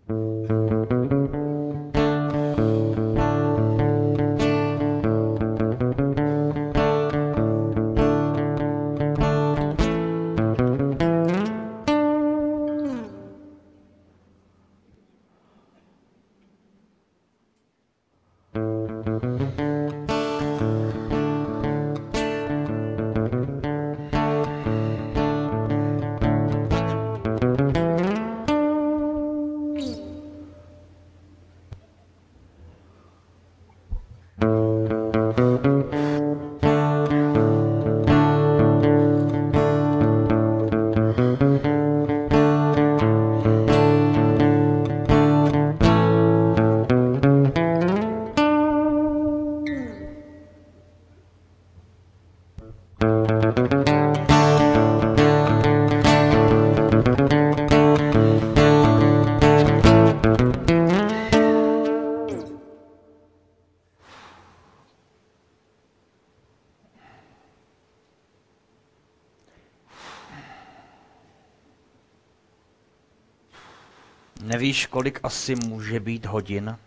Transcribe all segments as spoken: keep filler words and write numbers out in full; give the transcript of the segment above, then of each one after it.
Nevíš, kolik asi může být hodin?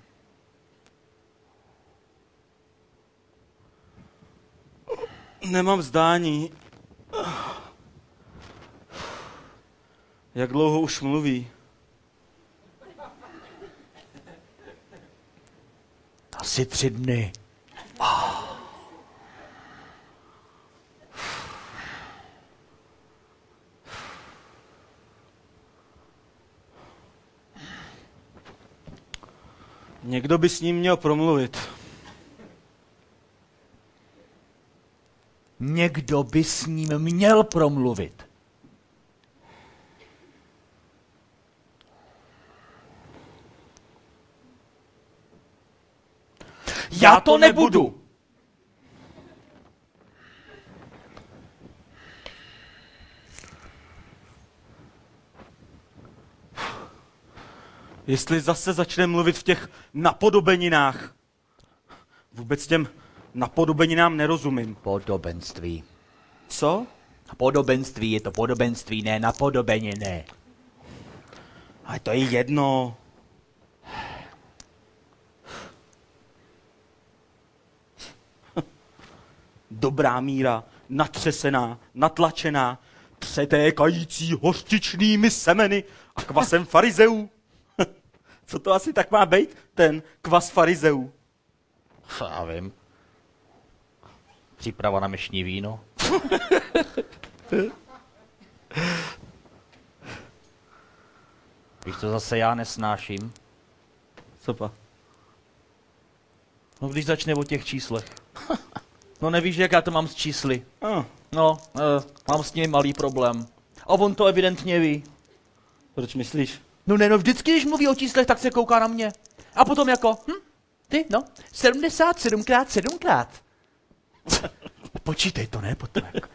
Nemám zdání. Jak dlouho už mluví? Asi tři dny. Někdo by s ním měl promluvit. Někdo by s ním měl promluvit. Já to nebudu. Jestli zase začne mluvit v těch napodobeninách. Vůbec těm napodobeninám nerozumím. Podobenství. Co? Podobenství, je to podobenství, ne napodobeniny. Ale to je jedno. Dobrá míra, natřesená, natlačená, přetékající hořčičnými semeny a kvasem farizeů. Co to asi tak má být, ten kvas farizeů? Já vím. Příprava na mešní víno. Víš, co zase já nesnáším? Co pa? No, když začne o těch číslech. No nevíš, jak já to mám s čísly. Ah. No, eh, mám s nimi malý problém. A on to evidentně ví. Proč myslíš? No ne, no vždycky, když mluví o číslech, tak se kouká na mě. A potom jako, hm, ty, no, sedmdesát sedm krát sedm krát. Počítej to, ne, potom jako.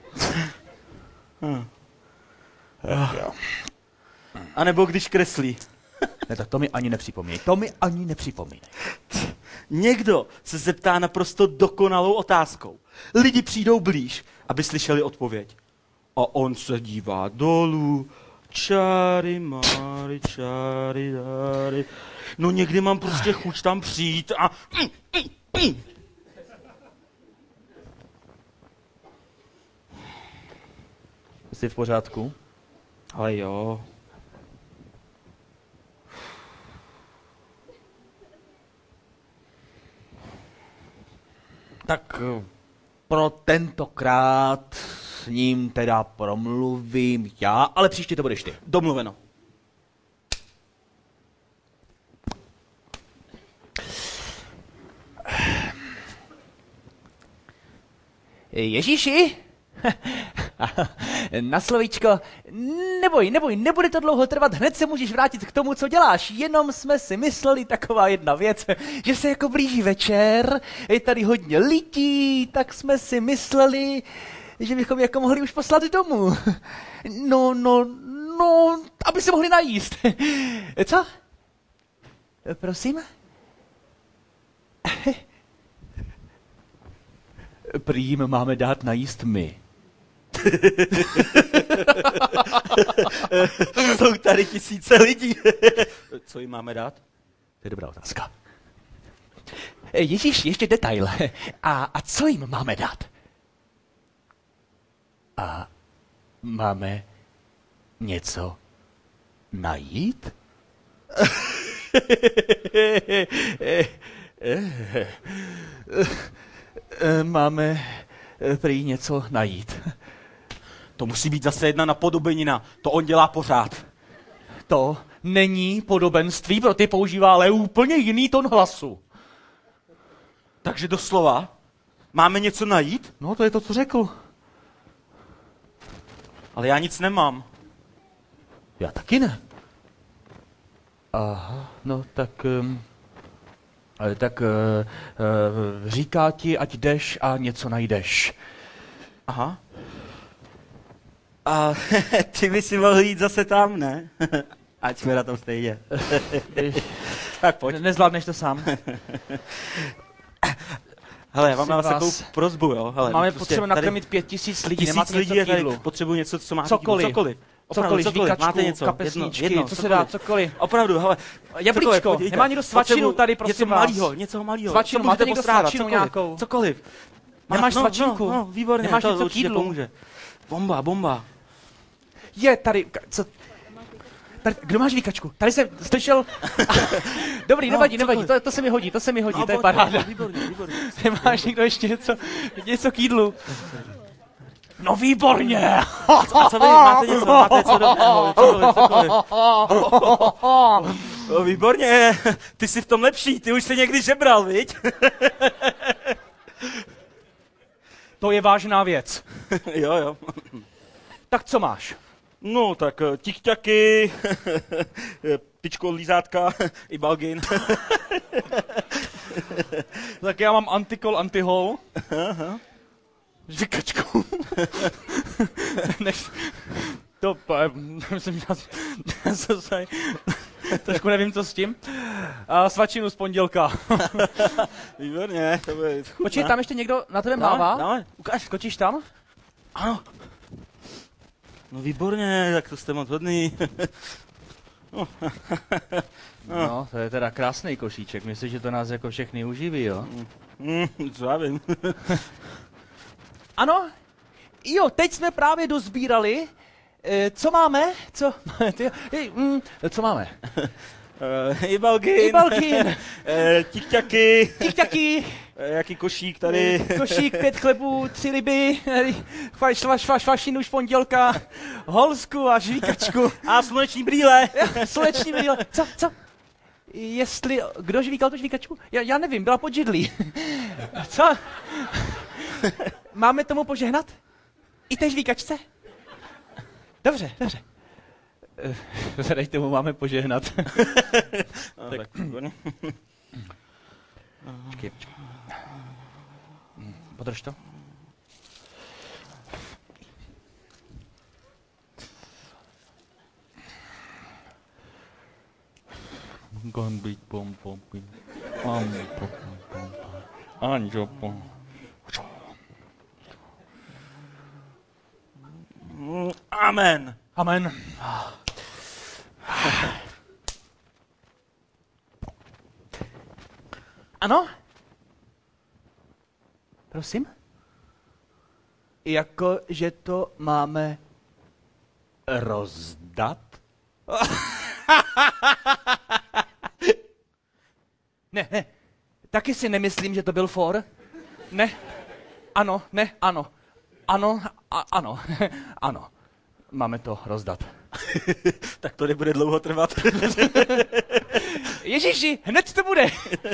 Hmm. Jo. A nebo když kreslí. Ne, tak to mi ani nepřipomínej. To mi ani nepřipomínej. Někdo se zeptá naprosto dokonalou otázkou. Lidi přijdou blíž, aby slyšeli odpověď. A on se dívá dolů. Čáry, máry, čáry, dáry. No někdy mám prostě chuť tam přijít a... Jsi v pořádku? Ale jo. Tak pro tentokrát s ním teda promluvím já, ale příště to budeš ty. Domluveno. Ježíši, na slovíčko, neboj, neboj, nebude to dlouho trvat, hned se můžeš vrátit k tomu, co děláš, jenom jsme si mysleli taková jedna věc, že se jako blíží večer, je tady hodně lidí, tak jsme si mysleli, že bychom jako mohli už poslat domů. No, no, no, aby se mohli najíst. Co? Prosím? Prý jim máme dát najíst my. Jsou tady tisíce lidí. Co jim máme dát? To je dobrá otázka. Ježíš, ještě detail. A, a co jim máme dát? A máme něco najít? Máme prý něco najít. To musí být zase jedna napodobenina. To on dělá pořád. To není podobenství, pro ty používá ale úplně jiný ton hlasu. Takže doslova máme něco najít? No, to je to, co řekl. Ale já nic nemám. Já taky ne. Aha, no tak... Um, tak uh, uh, říká ti, ať jdeš a něco najdeš. Aha. A ty by si mohl jít zase tam, ne? Ať jsme na tom stejně. Tak pojď. Nezvládneš to sám. Hele, já vám mám takovou prosbu, jo? Hele, máme prostě potřebu nakrmit pět tisíc lidí, tisíc nemáte lidí něco k jídlu. Potřebuji něco, co má cokoliv. Cokoliv. Opravdu, Cokoliv, cokoliv. žvíkačku, Máte něco, kapesníčky, jedno, jedno, co se cokoliv. dá, cokoliv. Opravdu, hele. Jablíčko, cokoliv, podívejte. nemá někdo svačinu Potřebuji tady, prosím něco vás. malýho, něco malýho. Svačinu, Co máte můžete někdo postrádat? svačinu Cokoliv, nějakou? Cokoliv. Nemáš no, svačinku? No, no, výborně, Nemáš to něco k určitě jídlu? pomůže. Bomba, bomba. Je tady, co? Tady, kdo má žvíkačku? Tady jsem slyšel... Dobrý, No, nevadí, nevadí, cokoliv. to, to se mi hodí, to se mi hodí, No, to je pojď, paráda. pojď, Výborně, výborně. Nemáš někdo ještě něco, něco k jídlu? No výborně! A co vy, máte něco, máte něco dobrého, cokoliv, cokoliv. No, výborně, ty jsi v tom lepší, ty už jsi někdy žebral, viď? To je vážná věc. Jo, jo. Tak co máš? No, tak tikťaky, pičko lízátka i balgin. Tak já mám antikol, antihol. Žvíkačku. Než... To, myslím, já se trošku nevím, co s tím. A svačinu z pondělka. Výborně, to bude chutná. Počkej, tam ještě někdo na tebe Dále, mává? dále. Ukáž, skočíš tam? Ano. No výborně, tak to jste moc hodný. No, to je teda krásný košíček. Myslíš, že to nás jako všechny uživí, jo? Mm, co já vím. Ano, jo, teď jsme právě dozbírali. E, co máme? Co, ty, mm, co máme? Uh, I balgin. I balgin. uh, tikťaky. Tikťaky. Jaký košík tady? Košík, pět chlebů, tři ryby, šva, šva, švašinu z pondělka, holsku a žvíkačku. A sluneční brýle. Sluneční brýle. Co, co? Jestli, kdo žvíkal tu žvíkačku? Já, já nevím, byla pod židlí. Co? Máme tomu požehnat? I té žvíkačce? Dobře, dobře. Zadej tomu máme požehnat. No, tak. Počkej, počkej. Podrž to. Gambit pom pom pom. Pom pom pom. Anjo pom. Amen. Amen. Ano? Prosím? Jako, že to máme rozdat? Ne, ne. Taky si nemyslím, že to byl for. Ne. Ano, ne, ano. Ano, a, ano. Ano. Máme to rozdat. Tak to nebude dlouho trvat. Ježíši, hned to bude.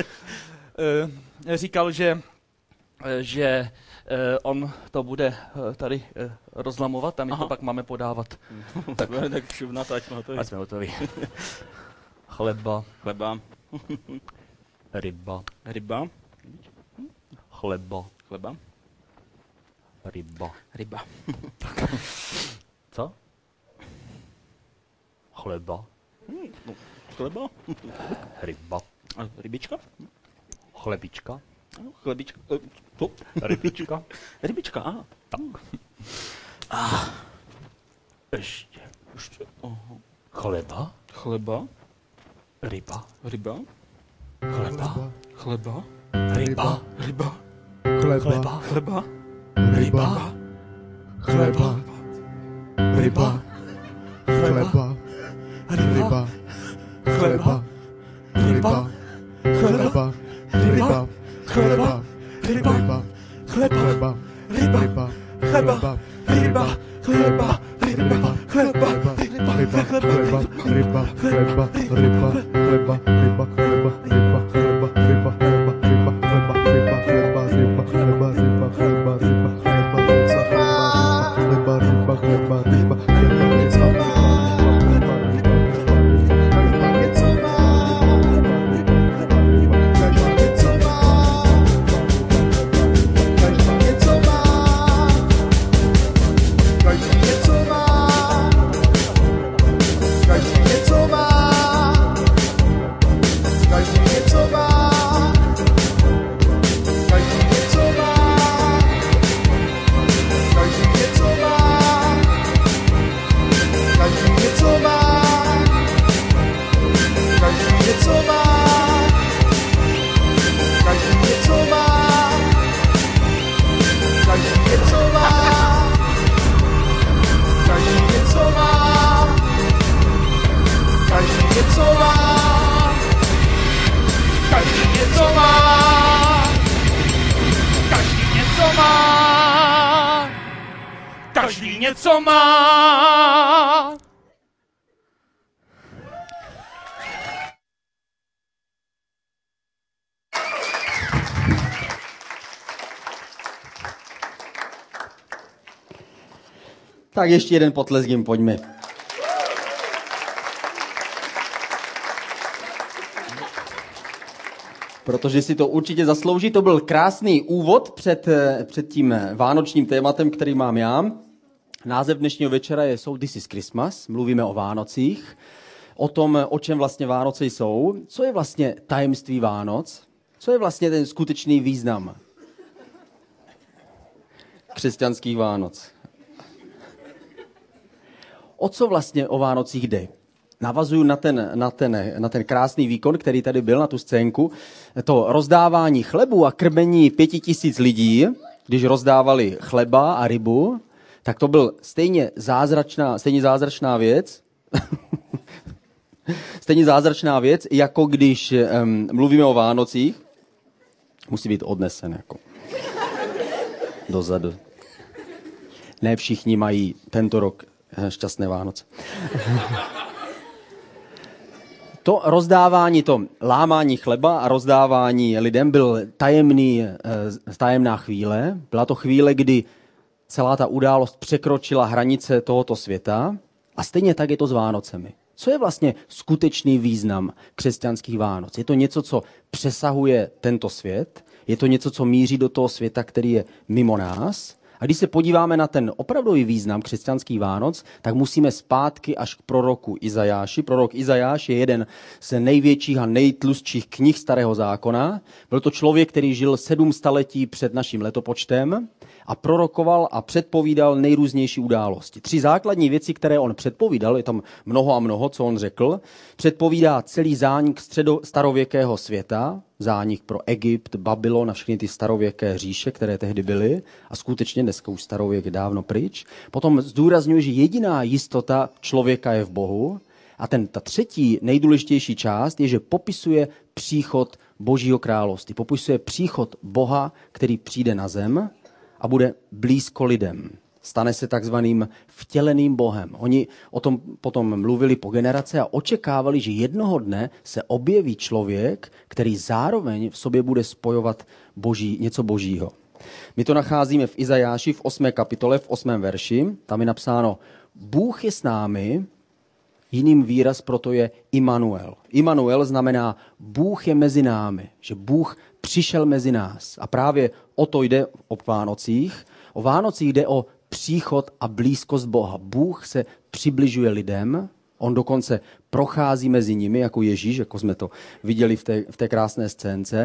Říkal, že, že on to bude tady rozlamovat a my Aha. to pak máme podávat. Tak, tak šup na to, ať jsme hotoví. Ať jsme hotoví. Chleba. Chleba. Ryba. Ryba. Chleba. Chleba. Ryba. Ryba. Co? Chleba. Hmm, no, chleba. Ryba. A rybička? Chlebička. No, chlebička. To. Rybička. Rybička, aha. Tak. Ah. Ještě. Ještě. Aha. Chleba? Chleba. Ryba? Ryba. Chleba? Chleba. Ryba? Ryba. Chleba? Chleba. Ryba? Chleba? Ryba? Chleba. Ryba. Chleba. Ryba. Chleba. Ryba. Chleba. Ryba. Chleba. Ryba. Chleba. Ryba. Chleba. Ryba. Chleba. Ryba. Chleba. Ryba. Chleba. Ryba. Chleba. Ryba. Chleba. Ryba. Chleba. Ryba. Chleba. Ryba. Chleba. Ryba. Chleba. Ryba. Chleba. Ryba. Chleba. Ryba. Chleba. Chleba. Ryba. Chleba. Ryba. Každý něco má. Tak ještě jeden potlesk jim, pojďme. Protože si to určitě zaslouží. To byl krásný úvod před, před tím vánočním tématem, který mám já. Název dnešního večera je So This is Christmas. Mluvíme o Vánocích. O tom, o čem vlastně Vánoce jsou. Co je vlastně tajemství Vánoc? Co je vlastně ten skutečný význam křesťanských Vánoc? O co vlastně o Vánocích jde? Navazuju na ten, na, ten, na ten krásný výkon, který tady byl, na tu scénku. To rozdávání chlebu a krmení pěti tisíc lidí, když rozdávali chleba a rybu, tak to byl stejně zázračná, stejně zázračná věc, stejně zázračná věc, jako když um, mluvíme o Vánocích. Musí být odnesen jako dozadu. Ne všichni mají tento rok šťastné Vánoce. To rozdávání, to lámání chleba a rozdávání lidem byl tajemný, tajemná chvíle. Byla to chvíle, kdy celá ta událost překročila hranice tohoto světa a stejně tak je to s Vánocemi. Co je vlastně skutečný význam křesťanských Vánoc? Je to něco, co přesahuje tento svět? Je to něco, co míří do toho světa, který je mimo nás? A když se podíváme na ten opravdový význam křesťanských Vánoc, tak musíme zpátky až k proroku Izajáši. Prorok Izajáš je jeden z největších a nejtlustších knih Starého zákona. Byl to člověk, který žil sedm staletí před naším letopočtem a prorokoval a předpovídal nejrůznější události. Tři základní věci, které on předpovídal, je tam mnoho a mnoho, co on řekl, předpovídá celý zánik středo starověkého světa, zánik pro Egypt, Babylon a všechny ty starověké říše, které tehdy byly a skutečně dneska už starověk je dávno pryč. Potom zdůrazňuje, že jediná jistota člověka je v Bohu a ten, ta třetí nejdůležitější část je, že popisuje příchod Božího království. Popisuje příchod Boha, který přijde na zem a bude blízko lidem. Stane se takzvaným vtěleným Bohem. Oni o tom potom mluvili po generace a očekávali, že jednoho dne se objeví člověk, který zároveň v sobě bude spojovat boží, něco božího. My to nacházíme v Izajáši v osmé kapitole, v osmém verši. Tam je napsáno, Bůh je s námi, jiným výraz proto je Immanuel. Immanuel znamená, Bůh je mezi námi, že Bůh přišel mezi nás. A právě o to jde o Vánocích. O Vánocích jde o příchod a blízkost Boha. Bůh se přibližuje lidem, on dokonce prochází mezi nimi jako Ježíš, jako jsme to viděli v té, v té krásné scénce.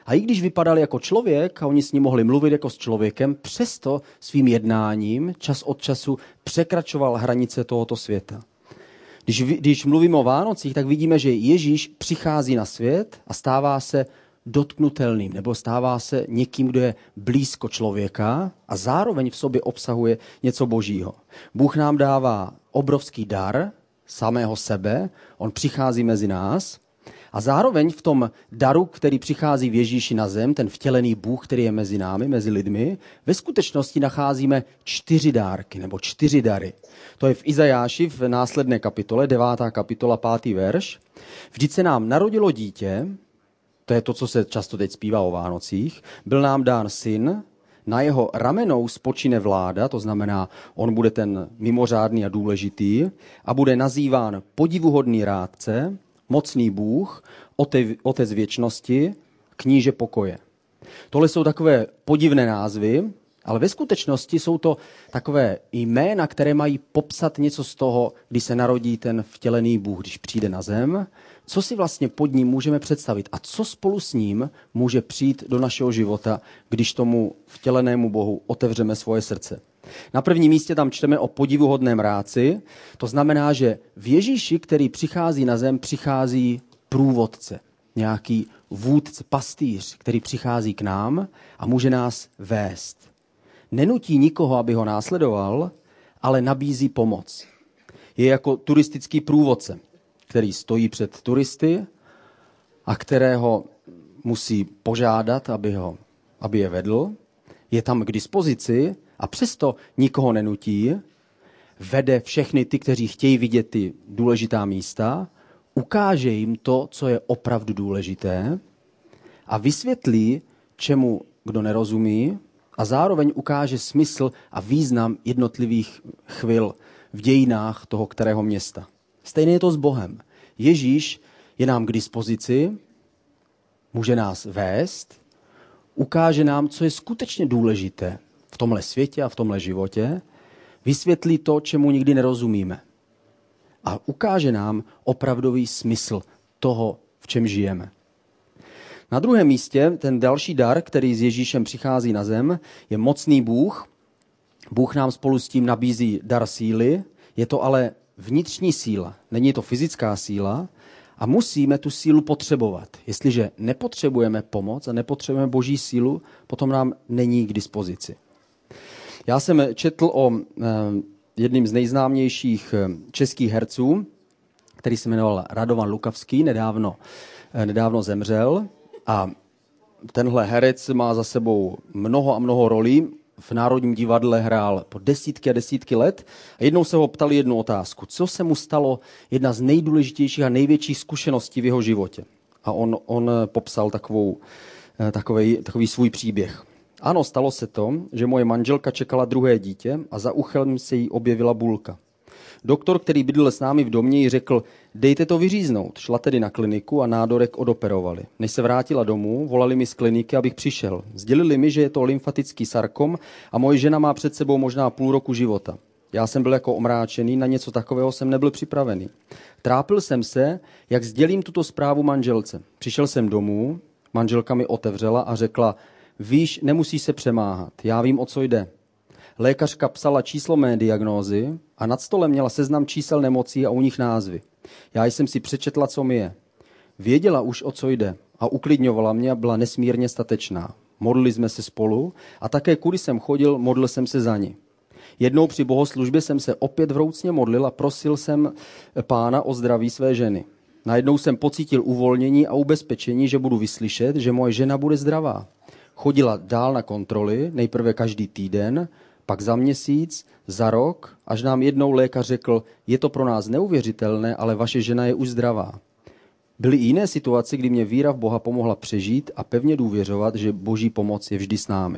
A i když vypadal jako člověk a oni s ním mohli mluvit jako s člověkem, přesto svým jednáním čas od času překračoval hranice tohoto světa. Když, když mluvíme o Vánocích, tak vidíme, že Ježíš přichází na svět a stává se dotknutelným, nebo stává se někým, kdo je blízko člověka a zároveň v sobě obsahuje něco božího. Bůh nám dává obrovský dar samého sebe, on přichází mezi nás a zároveň v tom daru, který přichází v Ježíši na zem, ten vtělený Bůh, který je mezi námi, mezi lidmi, ve skutečnosti nacházíme čtyři dárky nebo čtyři dary. To je v Izajáši v následné kapitole, devátá kapitola, pátý verš. Vždyť se nám narodilo dítě, to je to, co se často teď zpívá o Vánocích, byl nám dán syn, na jeho ramenou spočine vláda, to znamená, on bude ten mimořádný a důležitý a bude nazýván podivuhodný rádce, mocný Bůh, otec věčnosti, kníže pokoje. Tohle jsou takové podivné názvy, ale ve skutečnosti jsou to takové jména, které mají popsat něco z toho, kdy se narodí ten vtělený Bůh, když přijde na zem, co si vlastně pod ním můžeme představit a co spolu s ním může přijít do našeho života, když tomu vtělenému Bohu otevřeme svoje srdce. Na prvním místě tam čteme o podivuhodném rádci, to znamená, že v Ježíši, který přichází na zem, přichází průvodce, nějaký vůdce, pastýř, který přichází k nám a může nás vést. Nenutí nikoho, aby ho následoval, ale nabízí pomoc. Je jako turistický průvodce, který stojí před turisty a kterého musí požádat, aby, ho, aby je vedl. Je tam k dispozici a přesto nikoho nenutí. Vede všechny ty, kteří chtějí vidět ty důležitá místa, ukáže jim to, co je opravdu důležité a vysvětlí, čemu kdo nerozumí, a zároveň ukáže smysl a význam jednotlivých chvil v dějinách toho kterého města. Stejně je to s Bohem. Ježíš je nám k dispozici, může nás vést, ukáže nám, co je skutečně důležité v tomhle světě a v tomhle životě, vysvětlí to, čemu nikdy nerozumíme a ukáže nám opravdový smysl toho, v čem žijeme. Na druhém místě ten další dar, který s Ježíšem přichází na zem, je mocný Bůh. Bůh nám spolu s tím nabízí dar síly, je to ale vnitřní síla, není to fyzická síla a musíme tu sílu potřebovat. Jestliže nepotřebujeme pomoc a nepotřebujeme boží sílu, potom nám není k dispozici. Já jsem četl o eh, jedním z nejznámějších českých herců, který se jmenoval Radovan Lukavský, nedávno, eh, nedávno zemřel. A tenhle herec má za sebou mnoho a mnoho rolí. V Národním divadle hrál po desítky a desítky let. A jednou se ho ptali jednu otázku. Co se mu stalo jedna z nejdůležitějších a největších zkušeností v jeho životě? A on, on popsal takovou, takový, takový svůj příběh. Ano, stalo se to, že moje manželka čekala druhé dítě a za uchem se jí objevila bulka. Doktor, který bydlel s námi v domě, jí řekl, dejte to vyříznout. Šla tedy na kliniku a nádorek odoperovali. Než se vrátila domů, volali mi z kliniky, abych přišel. Sdělili mi, že je to lymfatický sarkom a moje žena má před sebou možná půl roku života. Já jsem byl jako omráčený, na něco takového jsem nebyl připravený. Trápil jsem se, jak sdělím tuto zprávu manželce. Přišel jsem domů, manželka mi otevřela a řekla, víš, nemusíš se přemáhat, já vím, o co jde. Lékařka psala číslo mé diagnózy a nad stolem měla seznam čísel nemocí a u nich názvy. Já jsem si přečetla, co mi je. Věděla už, o co jde a uklidňovala mě a byla nesmírně statečná. Modlili jsme se spolu a také kudy jsem chodil, modlil jsem se za ní. Jednou při bohoslužbě jsem se opět vroucně modlil a prosil jsem Pána o zdraví své ženy. Najednou jsem pocítil uvolnění a ubezpečení, že budu vyslyšet, že moje žena bude zdravá. Chodila dál na kontroly, nejprve každý týden, pak za měsíc, za rok, až nám jednou lékař řekl, je to pro nás neuvěřitelné, ale vaše žena je už zdravá. Byly i jiné situace, kdy mě víra v Boha pomohla přežít a pevně důvěřovat, že boží pomoc je vždy s námi.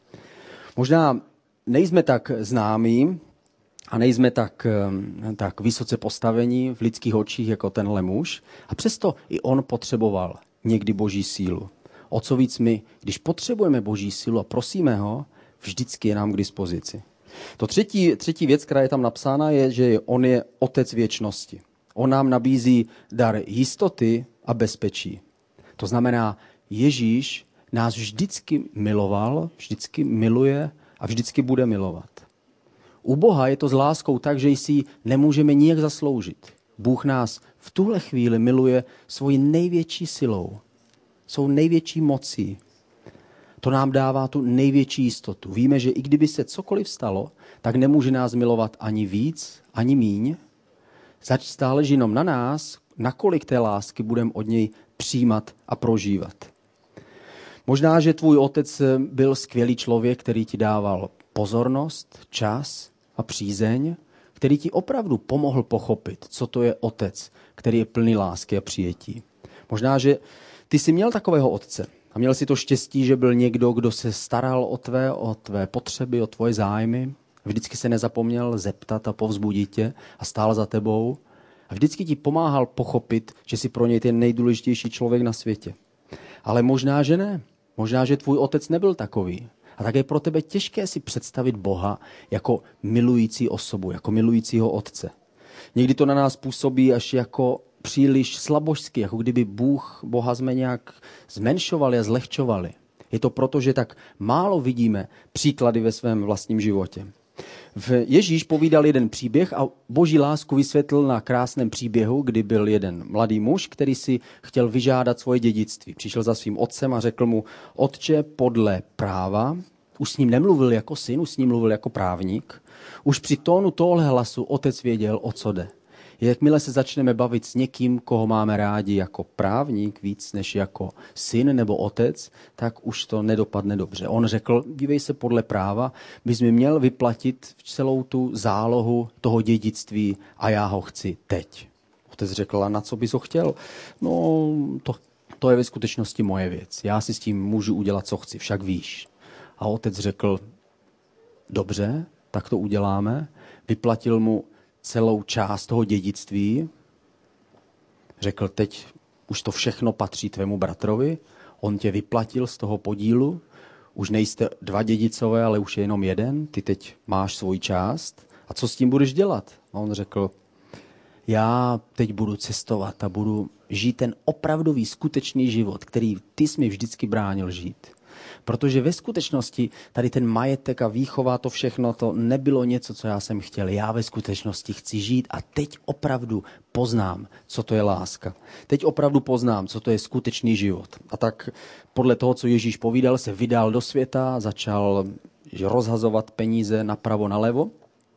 Možná nejsme tak známí a nejsme tak, tak vysoce postavení v lidských očích jako tenhle muž a přesto i on potřeboval někdy boží sílu. O co víc my, když potřebujeme boží sílu a prosíme ho, vždycky je nám k dispozici. To třetí, třetí věc, která je tam napsána, je, že on je otec věčnosti. On nám nabízí dar jistoty a bezpečí. To znamená, Ježíš nás vždycky miloval, vždycky miluje a vždycky bude milovat. U Boha je to s láskou tak, že si ji nemůžeme nijak zasloužit. Bůh nás v tuhle chvíli miluje svojí největší silou, svou největší mocí. To nám dává tu největší jistotu. Víme, že i kdyby se cokoliv stalo, tak nemůže nás milovat ani víc, ani míň. Zač záleží jenom na nás, nakolik té lásky budeme od něj přijímat a prožívat. Možná, že tvůj otec byl skvělý člověk, který ti dával pozornost, čas a přízeň, který ti opravdu pomohl pochopit, co to je otec, který je plný lásky a přijetí. Možná, že ty jsi měl takového otce a měl si to štěstí, že byl někdo, kdo se staral o tvé, o tvé potřeby, o tvoje zájmy. Vždycky se nezapomněl zeptat a povzbudit tě a stál za tebou. A vždycky ti pomáhal pochopit, že jsi pro něj ten nejdůležitější člověk na světě. Ale možná, že ne. Možná, že tvůj otec nebyl takový. A tak je pro tebe těžké si představit Boha jako milující osobu, jako milujícího otce. Někdy to na nás působí až jako příliš slabožsky, jako kdyby Bůh, Boha jsme nějak zmenšovali a zlehčovali. Je to proto, že tak málo vidíme příklady ve svém vlastním životě. V Ježíš povídal jeden příběh a boží lásku vysvětlil na krásném příběhu, kdy byl jeden mladý muž, který si chtěl vyžádat svoje dědictví. Přišel za svým otcem a řekl mu: Otče, podle práva, už s ním nemluvil jako syn, už s ním mluvil jako právník. Už při tónu tohle hlasu otec věděl, o co jde. Jakmile se začneme bavit s někým, koho máme rádi jako právník víc než jako syn nebo otec, tak už to nedopadne dobře. On řekl: dívej se, podle práva bys mi měl vyplatit celou tu zálohu toho dědictví a já ho chci teď. Otec řekl: a na co bys ho chtěl? No, to, to je ve skutečnosti moje věc. Já si s tím můžu udělat, co chci, však víš. A otec řekl: dobře, tak to uděláme. Vyplatil mu celou část toho dědictví. Řekl: teď už to všechno patří tvému bratrovi, on tě vyplatil z toho podílu, už nejste dva dědicové, ale už je jenom jeden, ty teď máš svoji část. A co s tím budeš dělat? A on řekl: já teď budu cestovat a budu žít ten opravdový, skutečný život, který ty jsi mi vždycky bránil žít. Protože ve skutečnosti tady ten majetek a výchova, to všechno, to nebylo něco, co já jsem chtěl. Já ve skutečnosti chci žít a teď opravdu poznám, co to je láska. Teď opravdu poznám, co to je skutečný život. A tak podle toho, co Ježíš povídal, se vydal do světa, začal rozhazovat peníze napravo nalevo.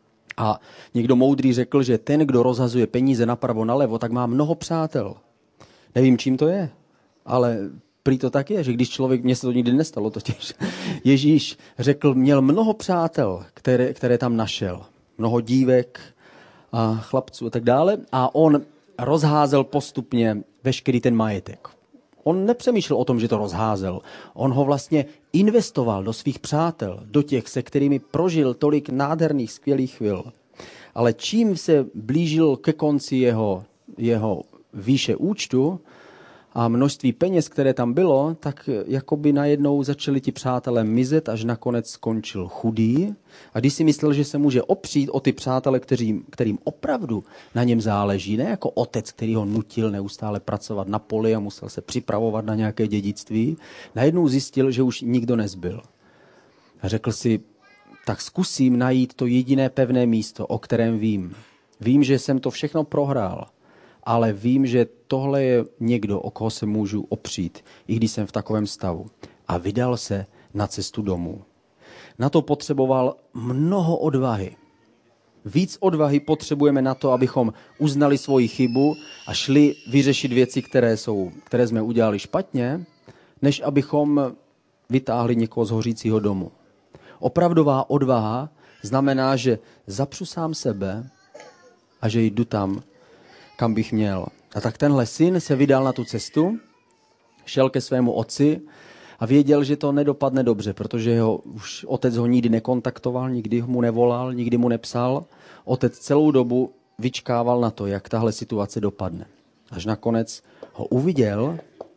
A někdo moudrý řekl, že ten, kdo rozhazuje peníze napravo nalevo, tak má mnoho přátel. Nevím, čím to je, ale prý to tak je, že když člověk, mně se to nikdy nestalo totiž, Ježíš řekl, měl mnoho přátel, které, které tam našel. Mnoho dívek a chlapců a tak dále. A on rozházel postupně veškerý ten majetek. On nepřemýšlel o tom, že to rozházel. On ho vlastně investoval do svých přátel, do těch, se kterými prožil tolik nádherných, skvělých chvil. Ale čím se blížil ke konci jeho, jeho výše účtu a množství peněz, které tam bylo, tak jakoby najednou začali ti přátelé mizet, až nakonec skončil chudý. A když si myslel, že se může opřít o ty přátele, kterým, kterým opravdu na něm záleží, ne jako otec, který ho nutil neustále pracovat na poli a musel se připravovat na nějaké dědictví, najednou zjistil, že už nikdo nezbyl. A řekl si, tak zkusím najít to jediné pevné místo, o kterém vím. Vím, že jsem to všechno prohrál, ale vím, že tohle je někdo, o koho se můžu opřít, i když jsem v takovém stavu. A vydal se na cestu domů. Na to potřeboval mnoho odvahy. Víc odvahy potřebujeme na to, abychom uznali svoji chybu a šli vyřešit věci, které, jsou, které jsme udělali špatně, než abychom vytáhli někoho z hořícího domu. Opravdová odvaha znamená, že zapřu sám sebe a že jdu tam, kam bych měl. A tak tenhle syn se vydal na tu cestu, šel ke svému otci a věděl, že to nedopadne dobře, protože jeho, už otec ho nikdy nekontaktoval, nikdy mu nevolal, nikdy mu nepsal. Otec celou dobu vyčkával na to, jak tahle situace dopadne. Až nakonec ho uviděl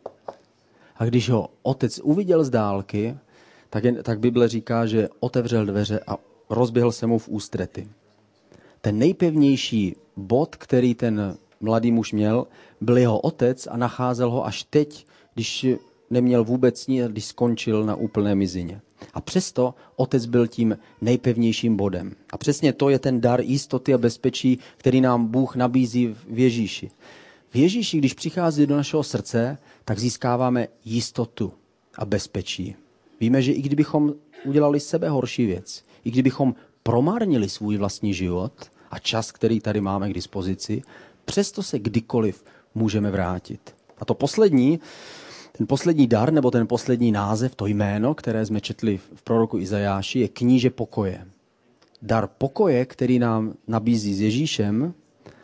a když ho otec uviděl z dálky, tak, je, tak Bible říká, že otevřel dveře a rozběhl se mu v ústrety. Ten nejpevnější bod, který ten mladý muž měl, byl jeho otec a nacházel ho až teď, když neměl vůbec nic, když skončil na úplné mizině. A přesto otec byl tím nejpevnějším bodem. A přesně to je ten dar jistoty a bezpečí, který nám Bůh nabízí v Ježíši. V Ježíši, když přichází do našeho srdce, tak získáváme jistotu a bezpečí. Víme, že i kdybychom udělali sebe horší věc, i kdybychom promarnili svůj vlastní život a čas, který tady máme k dispozici, přesto se kdykoliv můžeme vrátit. A to poslední, ten poslední dar, nebo ten poslední název, to jméno, které jsme četli v proroku Izajáši, je kníže pokoje. Dar pokoje, který nám nabízí s Ježíšem,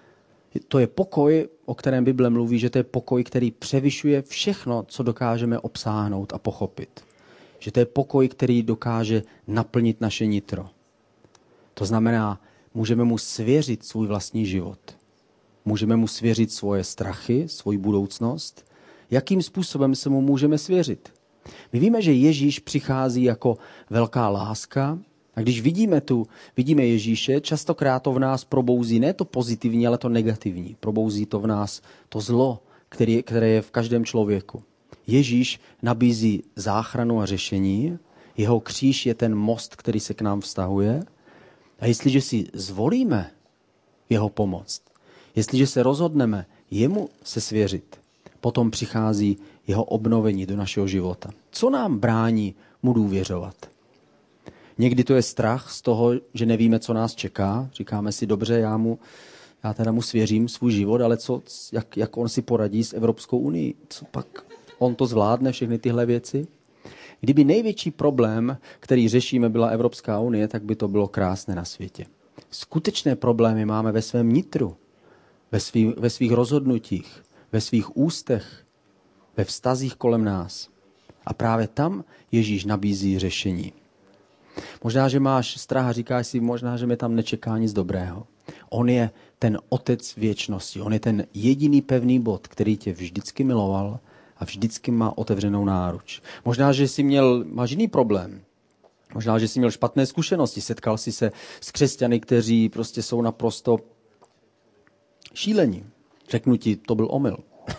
to je pokoj, o kterém Bible mluví, že to je pokoj, který převyšuje všechno, co dokážeme obsáhnout a pochopit. Že to je pokoj, který dokáže naplnit naše nitro. To znamená, můžeme mu svěřit svůj vlastní život. Můžeme mu svěřit svoje strachy, svoji budoucnost. Jakým způsobem se mu můžeme svěřit? My víme, že Ježíš přichází jako velká láska a když vidíme tu, vidíme Ježíše, častokrát to v nás probouzí ne to pozitivní, ale to negativní. Probouzí to v nás to zlo, který, které je v každém člověku. Ježíš nabízí záchranu a řešení, jeho kříž je ten most, který se k nám vztahuje. A jestliže si zvolíme jeho pomoc, jestliže se rozhodneme jemu se svěřit, potom přichází jeho obnovení do našeho života. Co nám brání mu důvěřovat? Někdy to je strach z toho, že nevíme, co nás čeká. Říkáme si, dobře, já, mu, já teda mu svěřím svůj život, ale co, jak, jak on si poradí s Evropskou unii? Co pak on to zvládne, všechny tyhle věci? Kdyby největší problém, který řešíme, byla Evropská unie, tak by to bylo krásné na světě. Skutečné problémy máme ve svém nitru, ve, svý, ve svých rozhodnutích, ve svých ústech, ve vztazích kolem nás. A právě tam Ježíš nabízí řešení. Možná, že máš strach a říkáš si, možná, že mě tam nečeká nic dobrého. On je ten otec věčnosti. On je ten jediný pevný bod, který tě vždycky miloval a vždycky má otevřenou náruč. Možná, že jsi měl, máš jiný problém. Možná, že jsi měl špatné zkušenosti. Setkal jsi se s křesťany, kteří prostě jsou naprosto šílení. Řeknu ti, to byl omyl.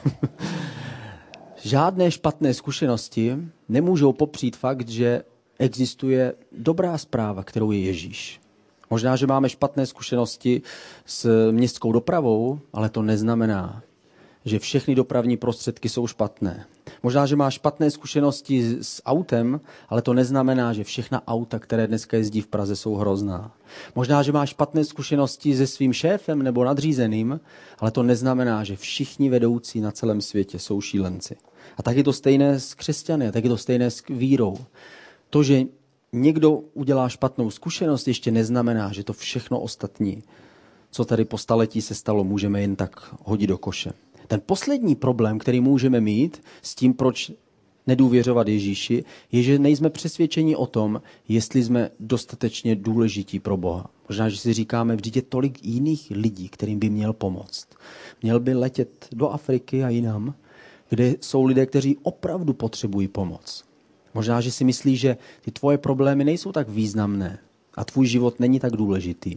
Žádné špatné zkušenosti nemůžou popřít fakt, že existuje dobrá zpráva, kterou je Ježíš. Možná, že máme špatné zkušenosti s městskou dopravou, ale to neznamená, že všechny dopravní prostředky jsou špatné. Možná, že máš špatné zkušenosti s autem, ale to neznamená, že všechna auta, které dneska jezdí v Praze, jsou hrozná. Možná, že máš špatné zkušenosti se svým šéfem nebo nadřízeným, ale to neznamená, že všichni vedoucí na celém světě jsou šílenci. A tak je to stejné s křesťany, a tak je to stejné s vírou. To, že někdo udělá špatnou zkušenost, ještě neznamená, že to všechno ostatní, co tady po staletí se stalo, můžeme jen tak hodit do koše. Ten poslední problém, který můžeme mít s tím, proč nedůvěřovat Ježíši, je, že nejsme přesvědčeni o tom, jestli jsme dostatečně důležití pro Boha. Možná, že si říkáme, vždyť je tolik jiných lidí, kterým by měl pomoct. Měl by letět do Afriky a jinam, kde jsou lidé, kteří opravdu potřebují pomoc. Možná, že si myslíš, že ty tvoje problémy nejsou tak významné a tvůj život není tak důležitý.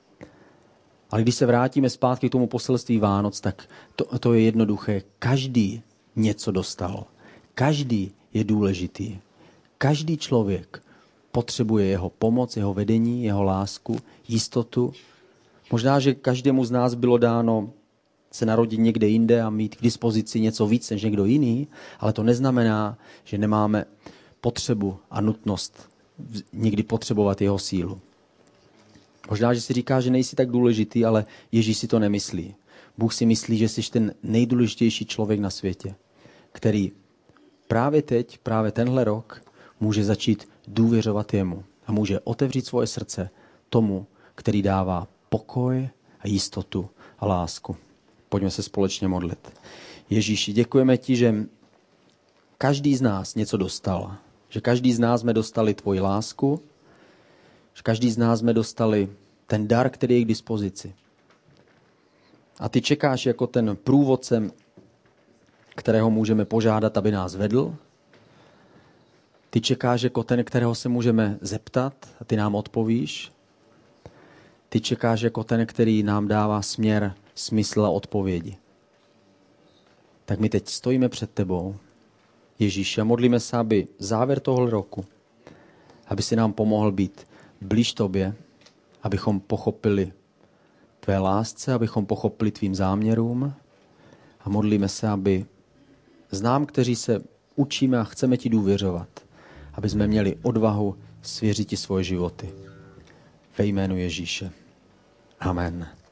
Ale když se vrátíme zpátky k tomu poselství Vánoc, tak to, to je jednoduché. Každý něco dostal. Každý je důležitý. Každý člověk potřebuje jeho pomoc, jeho vedení, jeho lásku, jistotu. Možná, že každému z nás bylo dáno se narodit někde jinde a mít k dispozici něco víc než někdo jiný, ale to neznamená, že nemáme potřebu a nutnost někdy potřebovat jeho sílu. Možná, že si říká, že nejsi tak důležitý, ale Ježíš si to nemyslí. Bůh si myslí, že jsi ten nejdůležitější člověk na světě, který právě teď, právě tenhle rok může začít důvěřovat jemu a může otevřít svoje srdce tomu, který dává pokoj a jistotu a lásku. Pojďme se společně modlit. Ježíši, děkujeme ti, že každý z nás něco dostal. Že každý z nás jsme dostali tvoji lásku, že každý z nás jsme dostali ten dar, který je k dispozici. A ty čekáš jako ten průvodce, kterého můžeme požádat, aby nás vedl. Ty čekáš jako ten, kterého se můžeme zeptat a ty nám odpovíš. Ty čekáš jako ten, který nám dává směr, smysl a odpovědi. Tak my teď stojíme před tebou Ježíši, a modlíme se, aby závěr tohle roku, aby si nám pomohl být blíž tobě, abychom pochopili tvé lásce, abychom pochopili tvým záměrům a modlíme se, aby znám, kteří se učíme a chceme ti důvěřovat, aby jsme měli odvahu svěřit ti svoje životy. Ve jménu Ježíše. Amen.